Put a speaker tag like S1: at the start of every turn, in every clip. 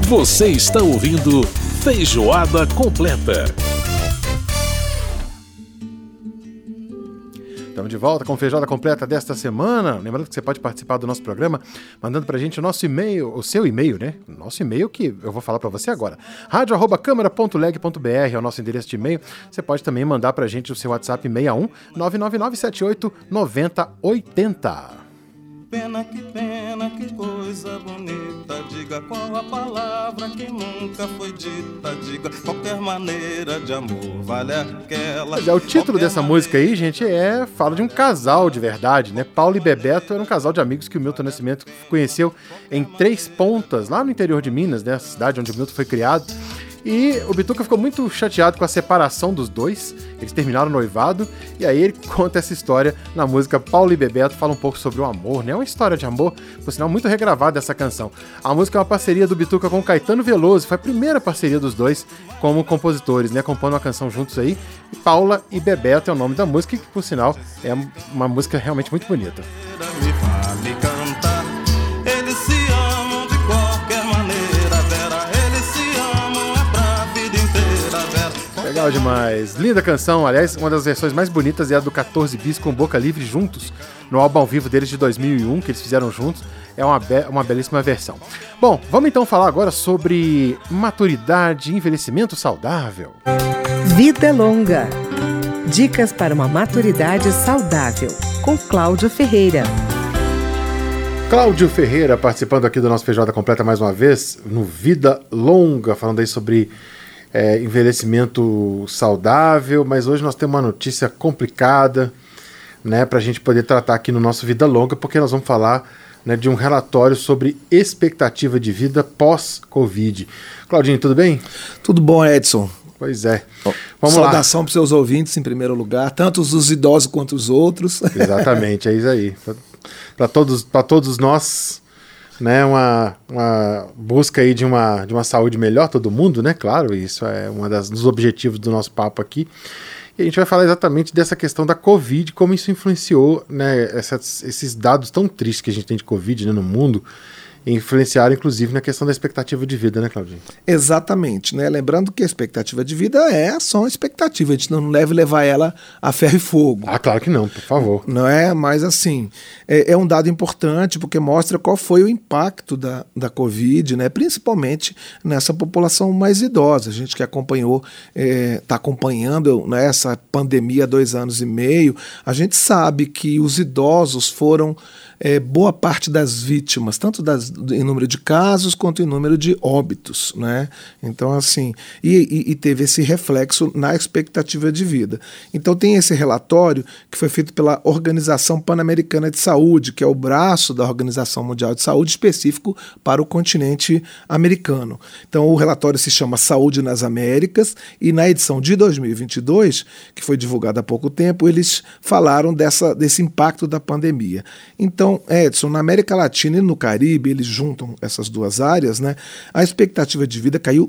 S1: Você está ouvindo Feijoada Completa.
S2: Estamos de volta com Feijoada Completa desta semana. Lembrando que você pode participar do nosso programa mandando pra gente o nosso e-mail, o seu e-mail, né? O nosso e-mail que eu vou falar pra você agora. radio@câmara.leg.br é o nosso endereço de e-mail. Você pode também mandar pra gente o seu WhatsApp 61 999 78 9080.
S3: Pena, que coisa bonita. Diga qual a palavra que nunca foi dita. Diga qualquer maneira de amor vale aquela.
S2: Mas o título dessa música aí, gente, fala de um casal de verdade, né? Paulo e Bebeto era um casal de amigos que o Milton Nascimento conheceu em Três Pontas, lá no interior de Minas, né? A cidade onde o Milton foi criado. E o Bituca ficou muito chateado com a separação dos dois. Eles terminaram o noivado. E aí ele conta essa história na música Paulo e Bebeto. Fala um pouco sobre o amor, né? É uma história de amor, por sinal, muito regravada essa canção. A música é uma parceria do Bituca com Caetano Veloso. Foi a primeira parceria dos dois como compositores, né? Compondo uma canção juntos aí. E Paula e Bebeto é o nome da música, que por sinal é uma música realmente muito bonita. Legal demais. Linda canção. Aliás, uma das versões mais bonitas é a do 14 Bis com Boca Livre juntos, no álbum ao vivo deles de 2001, que eles fizeram juntos. É uma belíssima versão. Bom, vamos então falar agora sobre maturidade e envelhecimento saudável.
S4: Vida Longa. Dicas para uma maturidade saudável, com Cláudio Ferreira.
S2: Cláudio Ferreira participando aqui do nosso Feijoada Completa mais uma vez, no Vida Longa, falando aí sobre envelhecimento saudável, mas hoje nós temos uma notícia complicada, né, para a gente poder tratar aqui no nosso Vida Longa, porque nós vamos falar, né, de um relatório sobre expectativa de vida pós-Covid. Claudinho, tudo bem?
S5: Tudo bom, Edson.
S2: Pois é. Vamos lá.
S5: Saudação para os seus ouvintes, em primeiro lugar, tanto os idosos quanto os outros.
S2: Exatamente, é isso aí. Para todos nós, né, uma busca aí de uma saúde melhor, todo mundo, né, claro, isso é dos objetivos do nosso papo aqui, e a gente vai falar exatamente dessa questão da Covid, como isso influenciou, né, esses dados tão tristes que a gente tem de Covid, né, no mundo, influenciaram inclusive na questão da expectativa de vida, né, Claudinho?
S5: Exatamente, né? Lembrando que a expectativa de vida é só uma expectativa, a gente não deve levar ela a ferro e fogo.
S2: Ah, claro que não, por favor.
S5: Não é? Mas assim, é um dado importante porque mostra qual foi o impacto da Covid, né? Principalmente nessa população mais idosa. A gente que acompanhou, está acompanhando, né, essa pandemia há 2 anos e meio, a gente sabe que os idosos foram boa parte das vítimas, tanto em número de casos quanto em número de óbitos, né? Então, assim, e teve esse reflexo na expectativa de vida. Então, tem esse relatório que foi feito pela Organização Pan-Americana de Saúde, que é o braço da Organização Mundial de Saúde específico para o continente americano. Então, o relatório se chama Saúde nas Américas, e na edição de 2022, que foi divulgada há pouco tempo, eles falaram desse impacto da pandemia. Então, Edson, na América Latina e no Caribe, eles juntam essas duas áreas, né? A expectativa de vida caiu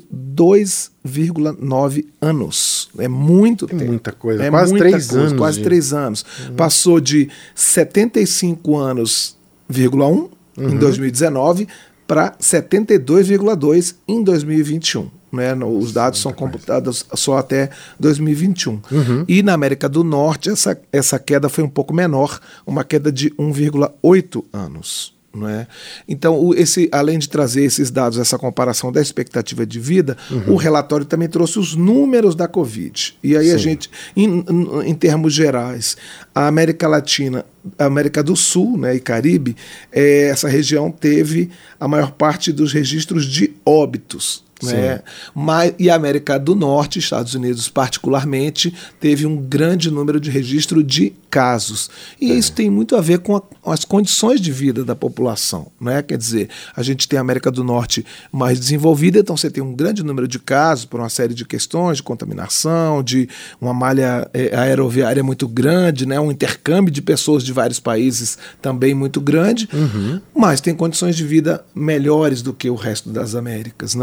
S5: 2,9 anos. É muito tempo.
S2: Muita coisa. Quase 3 anos.
S5: Quase 3 anos. Passou de 75 anos,1 em 2019 para 72,2 em 2021. Né? Os dados são computados só até 2021. E na América do Norte, essa queda foi um pouco menor, uma queda de 1,8 anos. Não é? Então, além de trazer esses dados, essa comparação da expectativa de vida, o relatório também trouxe os números da Covid. E aí a gente, em termos gerais, a América Latina, a América do Sul, né, e Caribe, essa região teve a maior parte dos registros de óbitos. Né? E a América do Norte, Estados Unidos particularmente, teve um grande número de registro de casos. E isso tem muito a ver com as condições de vida da população. Né? Quer dizer, a gente tem a América do Norte mais desenvolvida, então você tem um grande número de casos por uma série de questões de contaminação, de uma malha aeroviária muito grande, né? Um intercâmbio de pessoas de vários países também muito grande, mas tem condições de vida melhores do que o resto das Américas. Né? Então,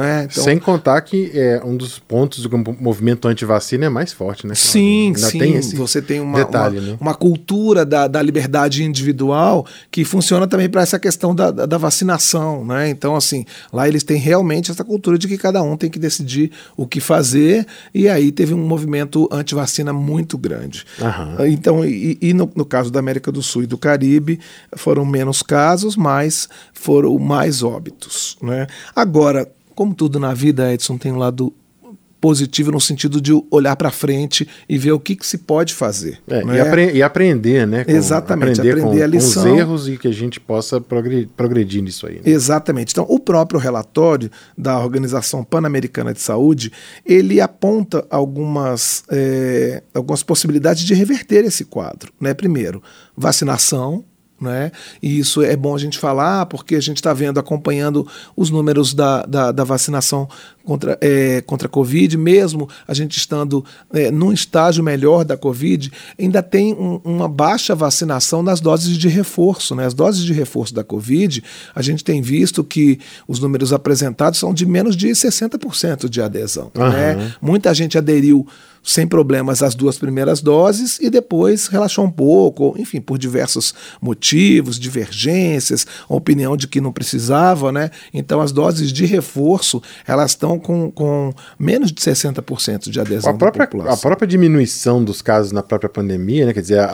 S5: Então,
S2: sem contar que um dos pontos do movimento anti-vacina é mais forte, né?
S5: Sim,
S2: Ainda
S5: sim.
S2: tem esse
S5: Você tem
S2: detalhe, né?
S5: uma cultura da liberdade individual que funciona também para essa questão da vacinação, né? Então, assim, lá eles têm realmente essa cultura de que cada um tem que decidir o que fazer, e aí teve um movimento anti-vacina muito grande.
S2: Aham.
S5: Então, no caso da América do Sul e do Caribe, foram menos casos, mas foram mais óbitos, né? Agora, como tudo na vida, Edson, tem um lado positivo no sentido de olhar para frente e ver o que se pode fazer. Né?
S2: E aprender, né?
S5: Exatamente, aprender a lição.
S2: Com os erros e que a gente possa progredir nisso aí. Né?
S5: Exatamente. Então, o próprio relatório da Organização Pan-Americana de Saúde, ele aponta algumas possibilidades de reverter esse quadro. Né? Primeiro, vacinação. Né? E isso é bom a gente falar porque a gente está acompanhando os números da vacinação contra a Covid, mesmo a gente estando num estágio melhor da Covid, ainda tem uma baixa vacinação nas doses de reforço. Né? As doses de reforço da Covid, a gente tem visto que os números apresentados são de menos de 60% de adesão.
S2: Uhum.
S5: Né? Muita gente aderiu sem problemas as 2 primeiras doses e depois relaxou um pouco, enfim, por diversos motivos, divergências, a opinião de que não precisava, né? Então as doses de reforço, elas estão com menos de 60% de adesão da população.
S2: A própria diminuição dos casos na própria pandemia, né? Quer dizer,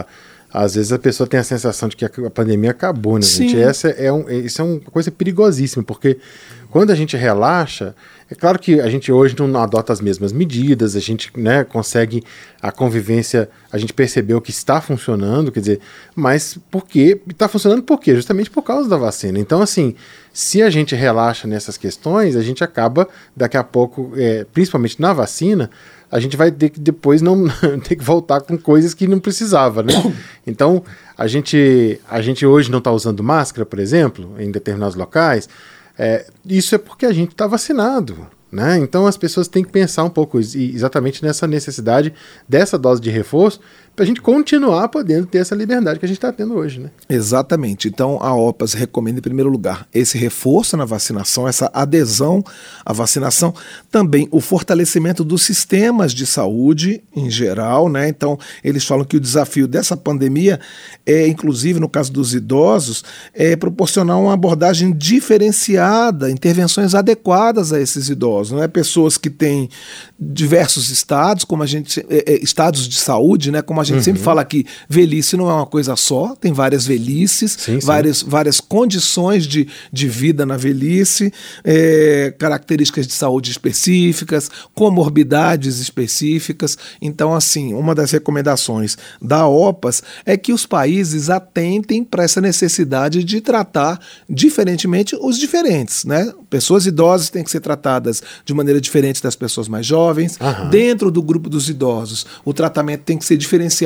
S2: às vezes a pessoa tem a sensação de que a pandemia acabou, né, gente? Isso é uma coisa perigosíssima, porque quando a gente relaxa, é claro que a gente hoje não adota as mesmas medidas, a gente, né, consegue a convivência, a gente percebeu que está funcionando, quer dizer, mas está funcionando por quê? Justamente por causa da vacina. Então, assim, se a gente relaxa nessas questões, a gente acaba, daqui a pouco, principalmente na vacina, a gente vai ter que depois não ter que voltar com coisas que não precisava, né? Então, a gente hoje não está usando máscara, por exemplo, em determinados locais. Isso é porque a gente está vacinado, né? Então as pessoas têm que pensar um pouco exatamente nessa necessidade dessa dose de reforço para a gente continuar podendo ter essa liberdade que a gente está tendo hoje, né?
S5: Exatamente. Então a OPAS recomenda em primeiro lugar esse reforço na vacinação, essa adesão à vacinação, também o fortalecimento dos sistemas de saúde em geral, né? Então eles falam que o desafio dessa pandemia inclusive no caso dos idosos, proporcionar uma abordagem diferenciada, intervenções adequadas a esses idosos, não é? Pessoas que têm diversos estados, como a gente estados de saúde, né? Como a gente sempre fala aqui, velhice não é uma coisa só, tem várias velhices, várias condições de vida na velhice, características de saúde específicas, comorbidades específicas. Então, assim, uma das recomendações da OPAS é que os países atentem para essa necessidade de tratar diferentemente os diferentes, né? Pessoas idosas têm que ser tratadas de maneira diferente das pessoas mais jovens. Dentro do grupo dos idosos, o tratamento tem que ser diferenciado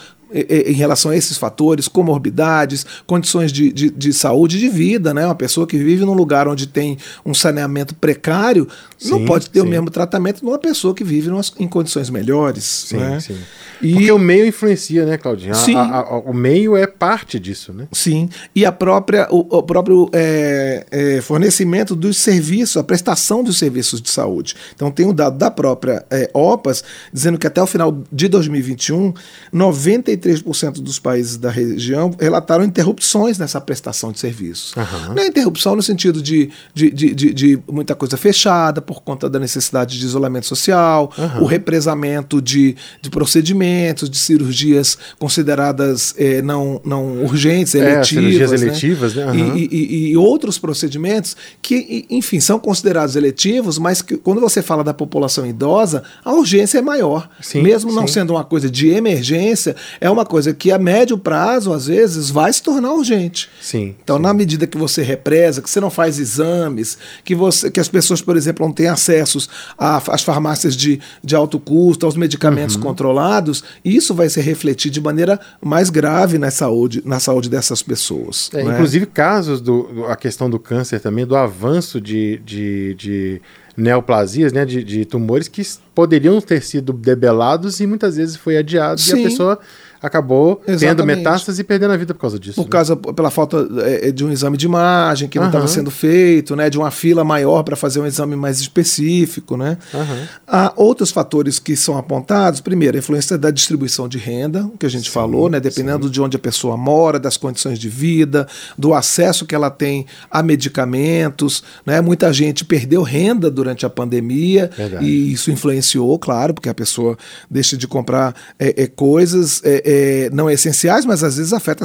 S5: em relação a esses fatores, comorbidades, condições de saúde de vida, né? Uma pessoa que vive num lugar onde tem um saneamento precário não pode ter o mesmo tratamento de uma pessoa que vive em condições melhores. Né?
S2: Porque o meio influencia, né, Claudinha? O meio é parte disso, né?
S5: Sim, e o próprio fornecimento dos serviços, a prestação dos serviços de saúde. Então tem um dado da própria OPAS dizendo que até o final de 2021, 93% dos países da região relataram interrupções nessa prestação de serviços. Não é interrupção no sentido de muita coisa fechada por conta da necessidade de isolamento social, o represamento de procedimentos, de cirurgias consideradas não urgentes, eletivas.
S2: Cirurgias eletivas, né?
S5: E outros procedimentos que, enfim, são considerados eletivos, mas que quando você fala da população idosa, a urgência é maior. Mesmo não sendo uma coisa de emergência, é uma coisa que a médio prazo, às vezes, vai se tornar urgente. Então, na medida que você represa, que você não faz exames, que as pessoas, por exemplo, não têm acessos às farmácias de alto custo, aos medicamentos controlados, isso vai se refletir de maneira mais grave na saúde dessas pessoas. Né?
S2: Inclusive casos a questão do câncer também, do avanço de neoplasias, né, de tumores que poderiam ter sido debelados e muitas vezes foi adiado e a pessoa acabou tendo
S5: Exatamente.
S2: metástase e perdendo a vida por causa disso.
S5: Pela falta de um exame de imagem que não estava sendo feito, né, de uma fila maior para fazer um exame mais específico, né? Há outros fatores que são apontados. Primeiro, a influência da distribuição de renda, que a gente falou, né, dependendo de onde a pessoa mora, das condições de vida, do acesso que ela tem a medicamentos, né? Muita gente perdeu renda durante a pandemia.
S2: Verdade.
S5: E isso influenciou, claro, porque a pessoa deixa de comprar coisas não essenciais, mas às vezes afeta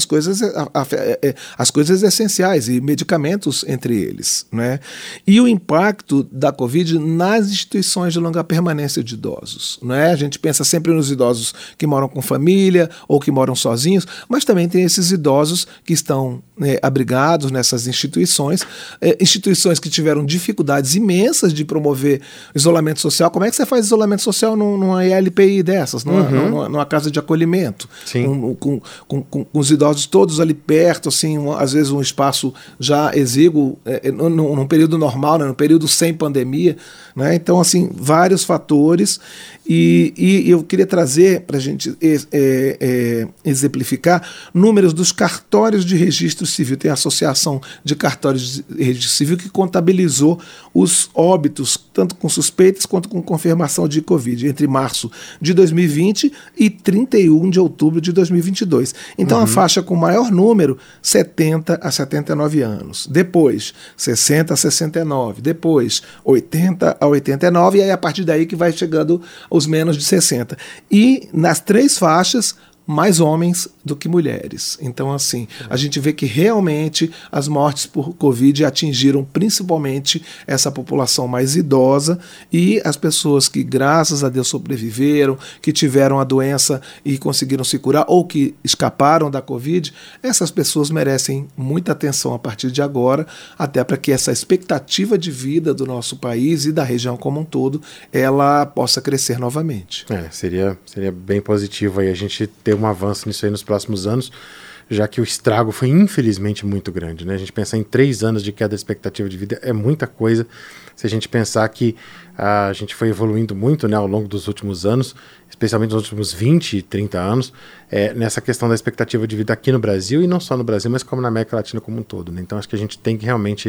S5: as coisas essenciais e medicamentos entre eles, né? E o impacto da Covid nas instituições de longa permanência de idosos, né? A gente pensa sempre nos idosos que moram com família ou que moram sozinhos, mas também tem esses idosos que estão abrigados nessas instituições, instituições que tiveram dificuldades imensas de promover isolamento social. Como é que você faz isolamento social numa ILPI dessas, numa casa de acolhimento? Com os idosos todos ali perto, assim, às vezes um espaço já exíguo, num período normal, né, num período sem pandemia, né? Então, assim, vários fatores. E eu queria trazer para a gente exemplificar números dos cartórios de registro civil. Tem a Associação de Cartórios de Registro Civil que contabilizou os óbitos, tanto com suspeitas quanto com confirmação de Covid, entre março de 2020 e 31 de outubro de 2022. Então, a faixa com maior número, 70 a 79 anos. Depois, 60 a 69. Depois, 80 a 89. E aí, a partir daí que vai chegando os menos de 60. E nas três faixas, mais homens do que mulheres. Então, assim, a gente vê que realmente as mortes por Covid atingiram principalmente essa população mais idosa e as pessoas que, graças a Deus, sobreviveram, que tiveram a doença e conseguiram se curar ou que escaparam da Covid, essas pessoas merecem muita atenção a partir de agora, até para que essa expectativa de vida do nosso país e da região como um todo, ela possa crescer novamente.
S2: Seria bem positivo aí a gente ter um avanço nisso aí nos próximos anos, já que o estrago foi infelizmente muito grande, né? A gente pensar em 3 anos de queda da expectativa de vida é muita coisa, se a gente pensar que a gente foi evoluindo muito, né, ao longo dos últimos anos, especialmente nos últimos 20, 30 anos, nessa questão da expectativa de vida aqui no Brasil, e não só no Brasil, mas como na América Latina como um todo, né? Então acho que a gente tem que realmente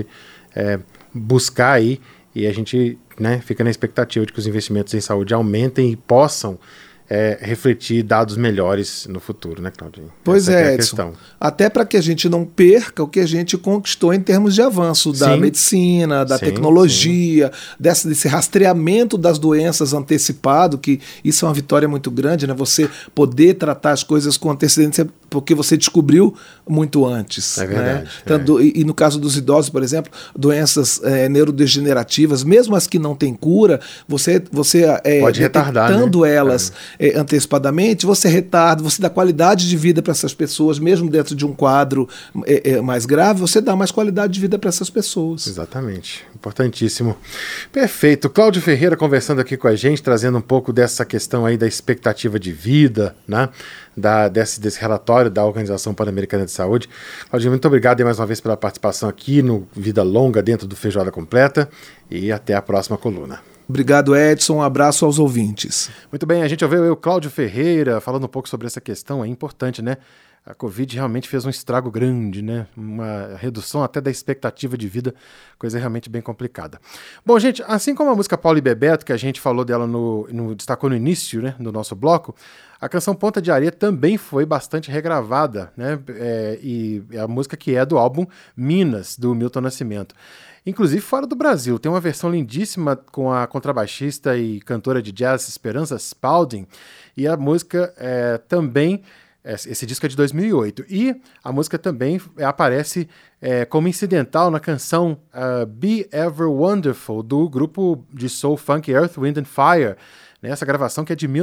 S2: buscar aí, e a gente, né, fica na expectativa de que os investimentos em saúde aumentem e possam refletir dados melhores no futuro, né, Claudinho?
S5: Pois
S2: Essa
S5: é,
S2: a
S5: Edson.
S2: questão.
S5: Até para que a gente não perca o que a gente conquistou em termos de avanço da medicina, da tecnologia, desse rastreamento das doenças antecipado, que isso é uma vitória muito grande, né? Você poder tratar as coisas com antecedência porque você descobriu muito antes.
S2: É verdade.
S5: Né? Tanto, e no caso dos idosos, por exemplo, doenças neurodegenerativas, mesmo as que não têm cura, você
S2: pode retardar,
S5: detectando,
S2: né?
S5: elas antecipadamente, você retarda, você dá qualidade de vida para essas pessoas, mesmo dentro de um quadro mais grave, você dá mais qualidade de vida para essas pessoas.
S2: Exatamente, importantíssimo. Perfeito, Cláudio Ferreira conversando aqui com a gente, trazendo um pouco dessa questão aí da expectativa de vida, né? Desse relatório da Organização Pan-Americana de Saúde. Claudinho, muito obrigado mais uma vez pela participação aqui no Vida Longa dentro do Feijoada Completa, e até a próxima coluna.
S5: Obrigado, Edson. Um abraço aos ouvintes.
S2: Muito bem, a gente ouviu o Cláudio Ferreira falando um pouco sobre essa questão, é importante, né? A Covid realmente fez um estrago grande, né? Uma redução até da expectativa de vida, coisa realmente bem complicada. Bom, gente, assim como a música Paulo e Bebeto, que a gente falou dela destacou no início, né, do nosso bloco, a canção Ponta de Areia também foi bastante regravada, né? E a música que é do álbum Minas, do Milton Nascimento. Inclusive fora do Brasil, tem uma versão lindíssima com a contrabaixista e cantora de jazz Esperança Spalding, e a música também, esse disco é de 2008, e a música também aparece como incidental na canção Be Ever Wonderful, do grupo de soul funk Earth, Wind and Fire, né? Essa gravação que é de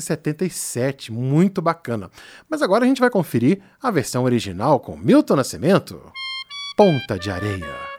S2: 1977, muito bacana. Mas agora a gente vai conferir a versão original com Milton Nascimento, Ponta de Areia.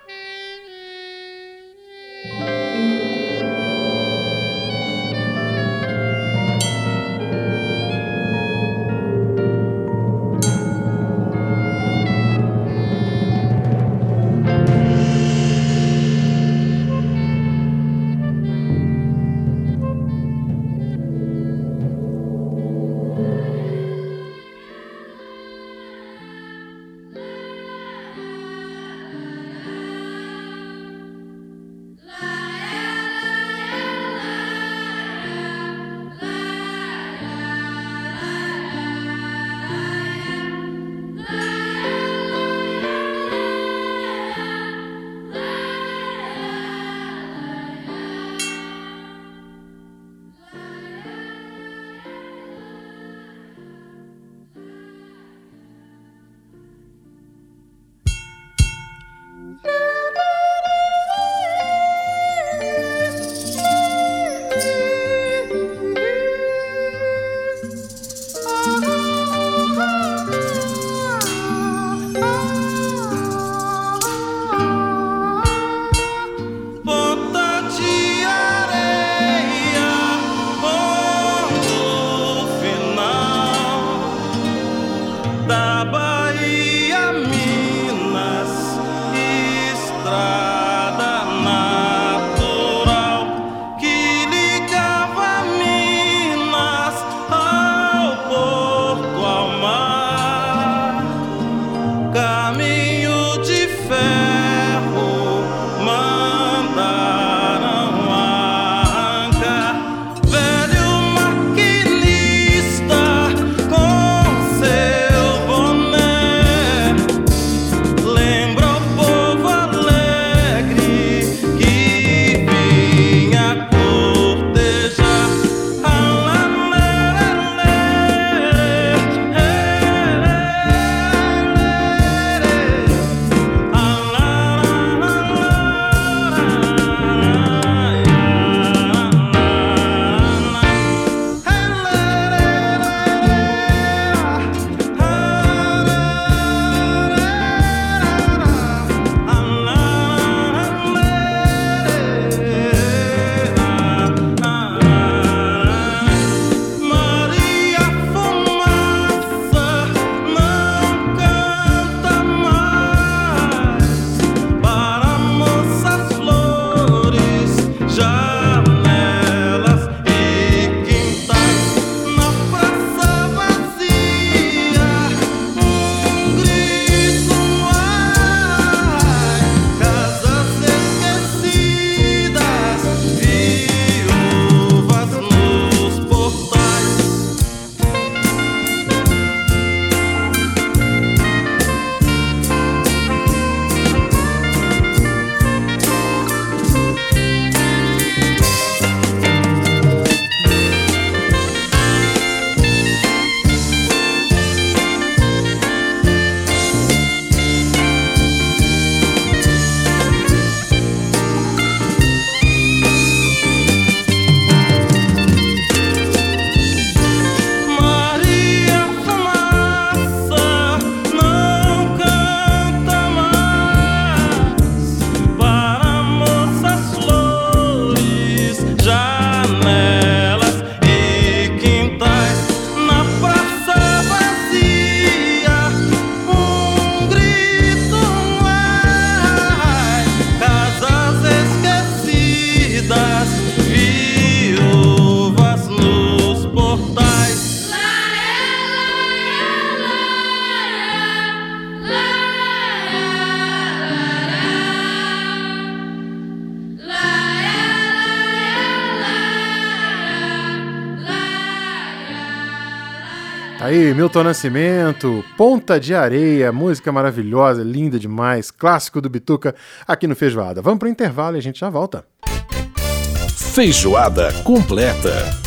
S2: aí, Milton Nascimento, Ponta de Areia, música maravilhosa, linda demais, clássico do Bituca aqui no Feijoada. Vamos pro intervalo e a gente já volta.
S1: Feijoada completa.